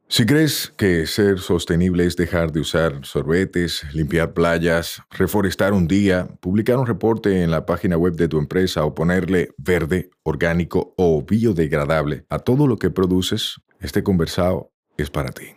Si crees que ser sostenible es dejar de usar sorbetes, limpiar playas, reforestar un día, publicar un reporte en la página web de tu empresa o ponerle verde, orgánico o biodegradable a todo lo que produces, este conversado es para ti.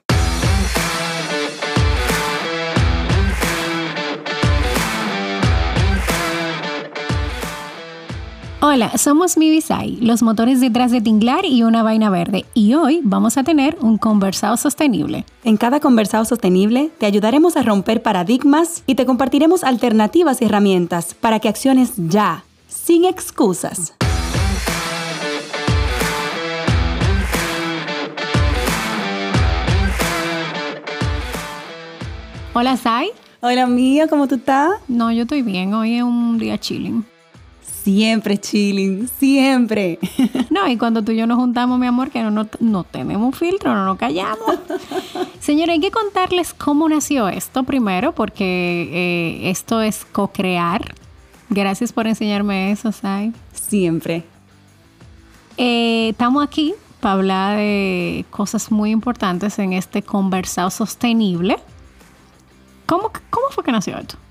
Hola, somos Mibisay, los motores detrás de Tinglar y una vaina verde. Y hoy vamos a tener un conversado sostenible. En cada conversado sostenible te ayudaremos a romper paradigmas y te compartiremos alternativas y herramientas para que acciones ya, sin excusas. Hola, Sai. Hola, mía, ¿cómo tú estás? No, yo estoy bien. Hoy es un día chilling. Siempre chilling, siempre. No, y cuando tú y yo nos juntamos, mi amor, que no tenemos filtro, no nos callamos. Señora, hay que contarles cómo nació esto primero, porque esto es co-crear. Gracias por enseñarme eso, Sai. Siempre. Estamos aquí para hablar de cosas muy importantes en este conversado sostenible. ¿Cómo fue que nació esto?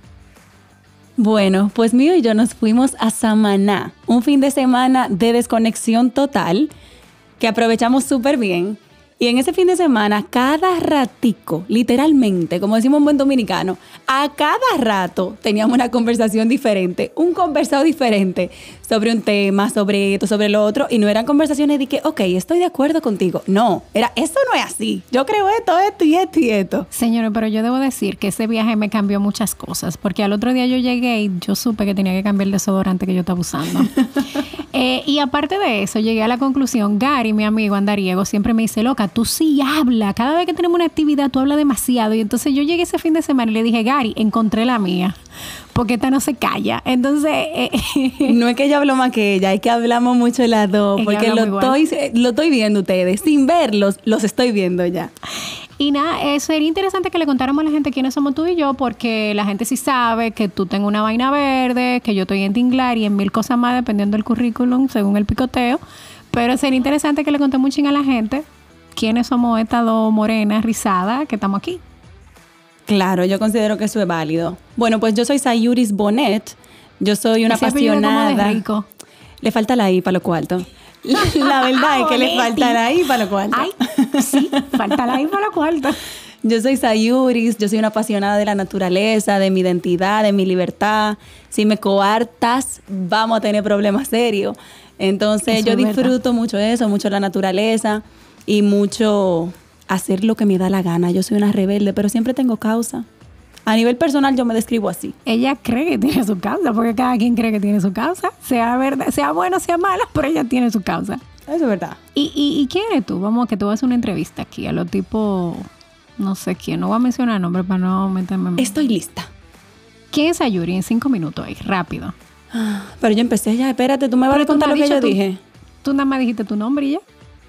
Bueno, pues Mío y yo nos fuimos a Samaná, un fin de semana de desconexión total que aprovechamos súper bien. Y en ese fin de semana, cada ratico, literalmente, como decimos en buen dominicano, a cada rato teníamos una conversación diferente, un conversado diferente sobre un tema, sobre esto, sobre lo otro. Y no eran conversaciones de que, ok, estoy de acuerdo contigo. No, era, eso no es así. Yo creo esto y esto y esto. Señores, pero yo debo decir que ese viaje me cambió muchas cosas. Porque al otro día yo llegué y yo supe que tenía que cambiar el desodorante que yo estaba usando. Y aparte de eso, llegué a la conclusión, Gary, mi amigo andariego, siempre me dice, loca, tú sí hablas. Cada vez que tenemos una actividad, tú hablas demasiado. Y entonces yo llegué ese fin de semana y le dije, Gary, encontré la mía. Porque esta no se calla. Entonces... No es que yo hablo más que ella, es que hablamos mucho las dos. Porque lo estoy viendo ustedes. Sin verlos, los estoy viendo ya. Y nada, sería interesante que le contáramos a la gente quiénes somos tú y yo, porque la gente sí sabe que tú tengo una vaina verde, que yo estoy en Tinglar y en mil cosas más, dependiendo del currículum, según el picoteo. Pero sería interesante que le contemos un ching a la gente quiénes somos estas dos morenas rizadas que estamos aquí. Claro, yo considero que eso es válido. Bueno, pues yo soy Sayuris Bonet. Yo soy una apasionada. Como de rico. Le falta la I para lo cuarto. La verdad es que le falta la I para lo cuarto. Ay, sí, falta la I para lo cuarto. Yo soy Sayuris, yo soy una apasionada de la naturaleza, de mi identidad, de mi libertad. Si me coartas, vamos a tener problemas serios. Entonces, yo disfruto mucho eso, mucho la naturaleza y mucho hacer lo que me da la gana. Yo soy una rebelde, pero siempre tengo causa. A nivel personal, yo me describo así. Ella cree que tiene su causa, porque cada quien cree que tiene su causa. Sea verdad, sea buena, sea mala, pero ella tiene su causa. Eso es verdad. ¿Y quién eres tú? Vamos, que tú vas a hacer una entrevista aquí a lo tipo... No sé quién, no voy a mencionar el nombre para no meterme. Estoy lista. ¿Quién es Sayuri? En 5 minutos ahí, rápido. Pero yo empecé ya, espérate, tú me vas a contar lo que yo dije. Tú nada más dijiste tu nombre y ya.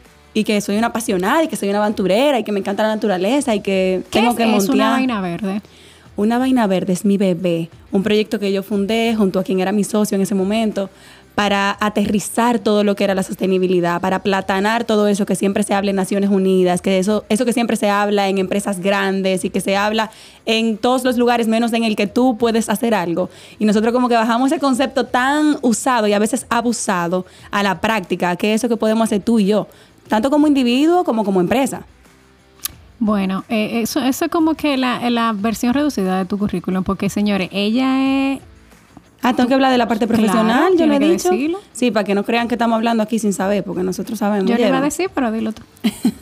Y que soy una apasionada, y que soy una aventurera, y que me encanta la naturaleza, y que tengo que montar. ¿Qué es una vaina verde? Una vaina verde es mi bebé. Un proyecto que yo fundé junto a quien era mi socio en ese momento, para aterrizar todo lo que era la sostenibilidad, para aplatanar todo eso que siempre se habla en Naciones Unidas, que eso que siempre se habla en empresas grandes y que se habla en todos los lugares menos en el que tú puedes hacer algo. Y nosotros como que bajamos ese concepto tan usado y a veces abusado a la práctica, que es eso que podemos hacer tú y yo, tanto como individuo como empresa. Bueno, eso es como que la versión reducida de tu currículum, porque señores, ella es... tengo que hablar de la parte profesional, claro, yo le he dicho. Decirlo. Sí, para que no crean que estamos hablando aquí sin saber, porque nosotros sabemos. Yo le iba a decir, pero dilo tú.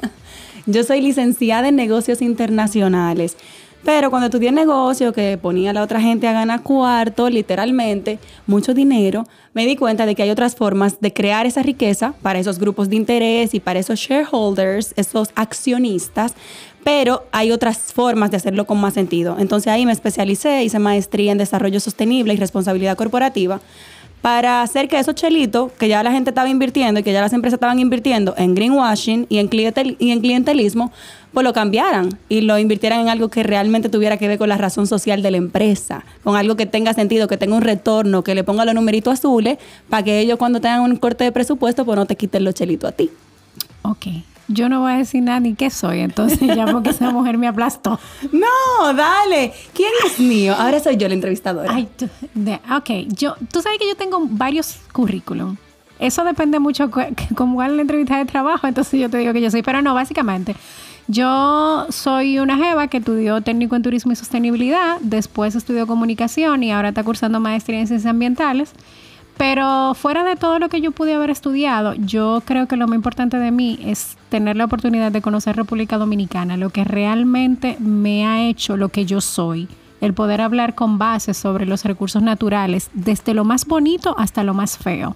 Yo soy licenciada en negocios internacionales, pero cuando estudié negocio, que ponía a la otra gente a ganar cuarto, literalmente, mucho dinero, me di cuenta de que hay otras formas de crear esa riqueza para esos grupos de interés y para esos shareholders, esos accionistas, pero hay otras formas de hacerlo con más sentido. Entonces ahí me especialicé, hice maestría en desarrollo sostenible y responsabilidad corporativa para hacer que esos chelitos que ya la gente estaba invirtiendo y que ya las empresas estaban invirtiendo en greenwashing y en clientelismo, pues lo cambiaran y lo invirtieran en algo que realmente tuviera que ver con la razón social de la empresa, con algo que tenga sentido, que tenga un retorno, que le ponga los numeritos azules para que ellos cuando tengan un corte de presupuesto pues no te quiten los chelitos a ti. Ok. yo no voy a decir nada ni qué soy, entonces ya porque esa mujer me aplastó. No, dale. ¿Quién es mío? Ahora soy yo la entrevistadora. Ay, tú sabes que yo tengo varios currículum. Eso depende mucho cómo va la entrevista de trabajo, entonces yo te digo que yo soy, pero no, básicamente, yo soy una jeva que estudió técnico en turismo y sostenibilidad, después estudió comunicación y ahora está cursando maestría en ciencias ambientales. Pero fuera de todo lo que yo pude haber estudiado, yo creo que lo más importante de mí es tener la oportunidad de conocer República Dominicana, lo que realmente me ha hecho lo que yo soy, el poder hablar con base sobre los recursos naturales, desde lo más bonito hasta lo más feo.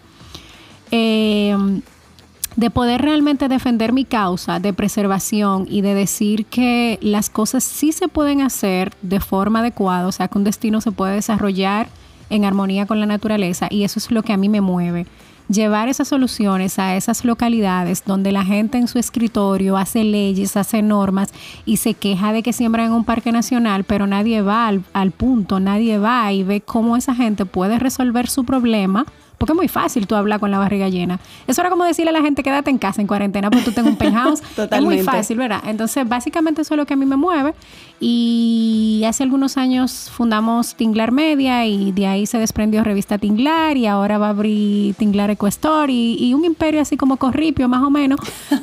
De poder realmente defender mi causa de preservación y de decir que las cosas sí se pueden hacer de forma adecuada, o sea, que un destino se puede desarrollar en armonía con la naturaleza, y eso es lo que a mí me mueve. Llevar esas soluciones a esas localidades donde la gente en su escritorio hace leyes, hace normas y se queja de que siembran en un parque nacional, pero nadie va al punto, nadie va y ve cómo esa gente puede resolver su problema. Porque es muy fácil tú hablar con la barriga llena. Eso era como decirle a la gente, quédate en casa en cuarentena porque tú tengas un penthouse. Totalmente. Es muy fácil, ¿verdad? Entonces, básicamente eso es lo que a mí me mueve. Y hace algunos años fundamos Tinglar Media y de ahí se desprendió Revista Tinglar y ahora va a abrir Tinglar EcoStory y un imperio así como Corripio, más o menos,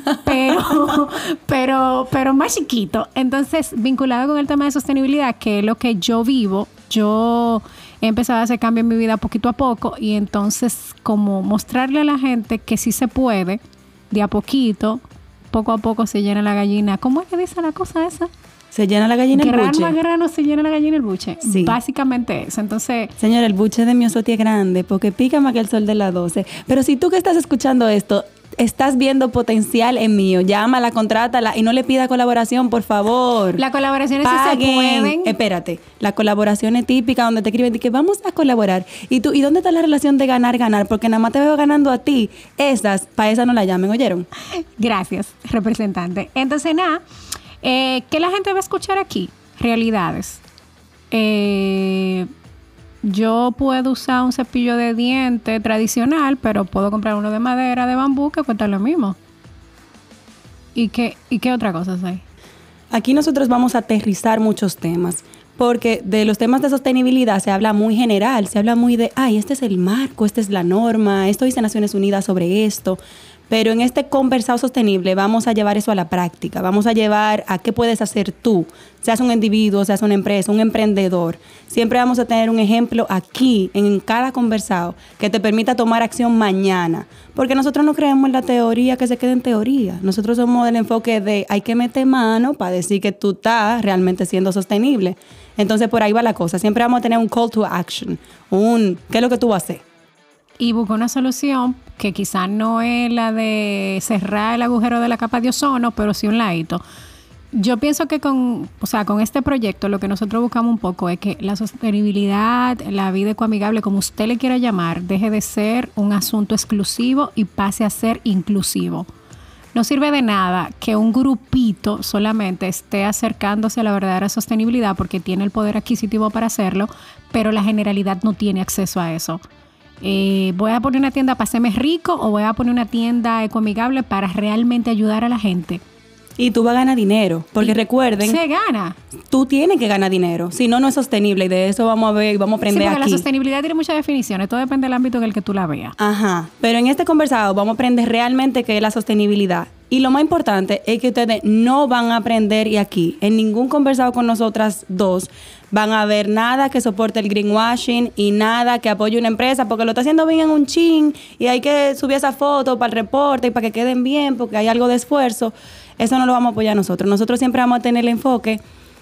pero más chiquito. Entonces, vinculado con el tema de sostenibilidad, que es lo que yo vivo, yo he empezado a hacer cambio en mi vida poquito a poco y entonces como mostrarle a la gente que sí se puede, de a poquito, poco a poco se llena la gallina. ¿Cómo es que dice la cosa esa? Se llena la gallina el buche. Grano a grano se llena la gallina el buche. Sí. Básicamente eso. Entonces, señor, el buche de Miosotti es grande porque pica más que el sol de las 12. Pero si tú que estás escuchando esto, estás viendo potencial en mío, llámala, contrátala y no le pida colaboración, por favor. Las colaboraciones sí se pueden. Espérate, la colaboración es típica donde te escriben de que vamos a colaborar. ¿Y tú, y dónde está la relación de ganar? Porque nada más te veo ganando a ti. Para esa no la llamen, ¿oyeron? Gracias, representante. Entonces, nada, ¿qué la gente va a escuchar aquí? Realidades. Yo puedo usar un cepillo de diente tradicional, pero puedo comprar uno de madera, de bambú, que cuesta lo mismo. ¿Y qué otra cosa hay? Aquí nosotros vamos a aterrizar muchos temas, porque de los temas de sostenibilidad se habla muy general, se habla muy de, este es el marco, esta es la norma, esto dice Naciones Unidas sobre esto. Pero en este conversado sostenible vamos a llevar eso a la práctica, vamos a llevar a qué puedes hacer tú, seas un individuo, seas una empresa, un emprendedor. Siempre vamos a tener un ejemplo aquí, en cada conversado, que te permita tomar acción mañana. Porque nosotros no creemos en la teoría que se quede en teoría. Nosotros somos del enfoque de hay que meter mano para decir que tú estás realmente siendo sostenible. Entonces por ahí va la cosa. Siempre vamos a tener un call to action, ¿qué es lo que tú vas a hacer? Y busca una solución que quizás no es la de cerrar el agujero de la capa de ozono, pero sí un ladito. Yo pienso que con este proyecto lo que nosotros buscamos un poco es que la sostenibilidad, la vida ecoamigable, como usted le quiera llamar, deje de ser un asunto exclusivo y pase a ser inclusivo. No sirve de nada que un grupito solamente esté acercándose a la verdadera sostenibilidad porque tiene el poder adquisitivo para hacerlo, pero la generalidad no tiene acceso a eso. ¿Voy a poner una tienda para hacerme rico o voy a poner una tienda ecoamigable para realmente ayudar a la gente? Y tú vas a ganar dinero, porque recuerden... Se gana. Tú tienes que ganar dinero, si no, no es sostenible y de eso vamos a ver y vamos a aprender aquí. Sí, porque la sostenibilidad tiene muchas definiciones, todo depende del ámbito en el que tú la veas. Ajá, pero en este conversado vamos a aprender realmente qué es la sostenibilidad. Y lo más importante es que ustedes no van a aprender, y aquí, en ningún conversado con nosotras dos, van a ver nada que soporte el greenwashing y nada que apoye una empresa porque lo está haciendo bien en un chin y hay que subir esa foto para el reporte y para que queden bien porque hay algo de esfuerzo. Eso no lo vamos a apoyar nosotros. Nosotros siempre vamos a tener el enfoque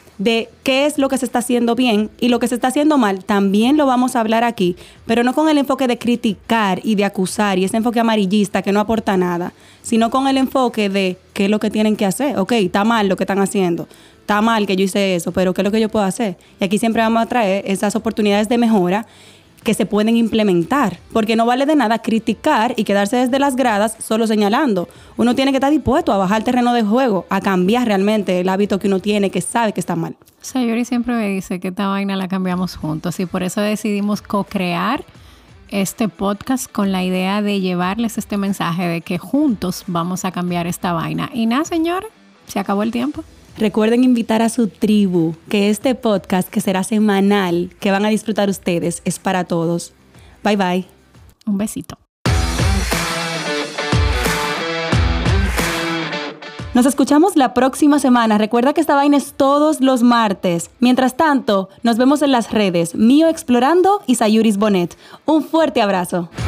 de qué es lo que se está haciendo bien y lo que se está haciendo mal. También lo vamos a hablar aquí, pero no con el enfoque de criticar y de acusar y ese enfoque amarillista que no aporta nada, sino con el enfoque de qué es lo que tienen que hacer. Ok, está mal lo que están haciendo. Está mal que yo hice eso, pero ¿qué es lo que yo puedo hacer? Y aquí siempre vamos a traer esas oportunidades de mejora que se pueden implementar, porque no vale de nada criticar y quedarse desde las gradas solo señalando. Uno tiene que estar dispuesto a bajar el terreno de juego, a cambiar realmente el hábito que uno tiene, que sabe que está mal. Sayuri siempre me dice que esta vaina la cambiamos juntos y por eso decidimos co-crear este podcast con la idea de llevarles este mensaje de que juntos vamos a cambiar esta vaina. Y nada, señores, se acabó el tiempo. Recuerden invitar a su tribu, que este podcast, que será semanal, que van a disfrutar ustedes, es para todos. Bye, bye. Un besito. Nos escuchamos la próxima semana. Recuerda que esta vaina es todos los martes. Mientras tanto, nos vemos en las redes Mío Explorando y Sayuris Bonet. Un fuerte abrazo.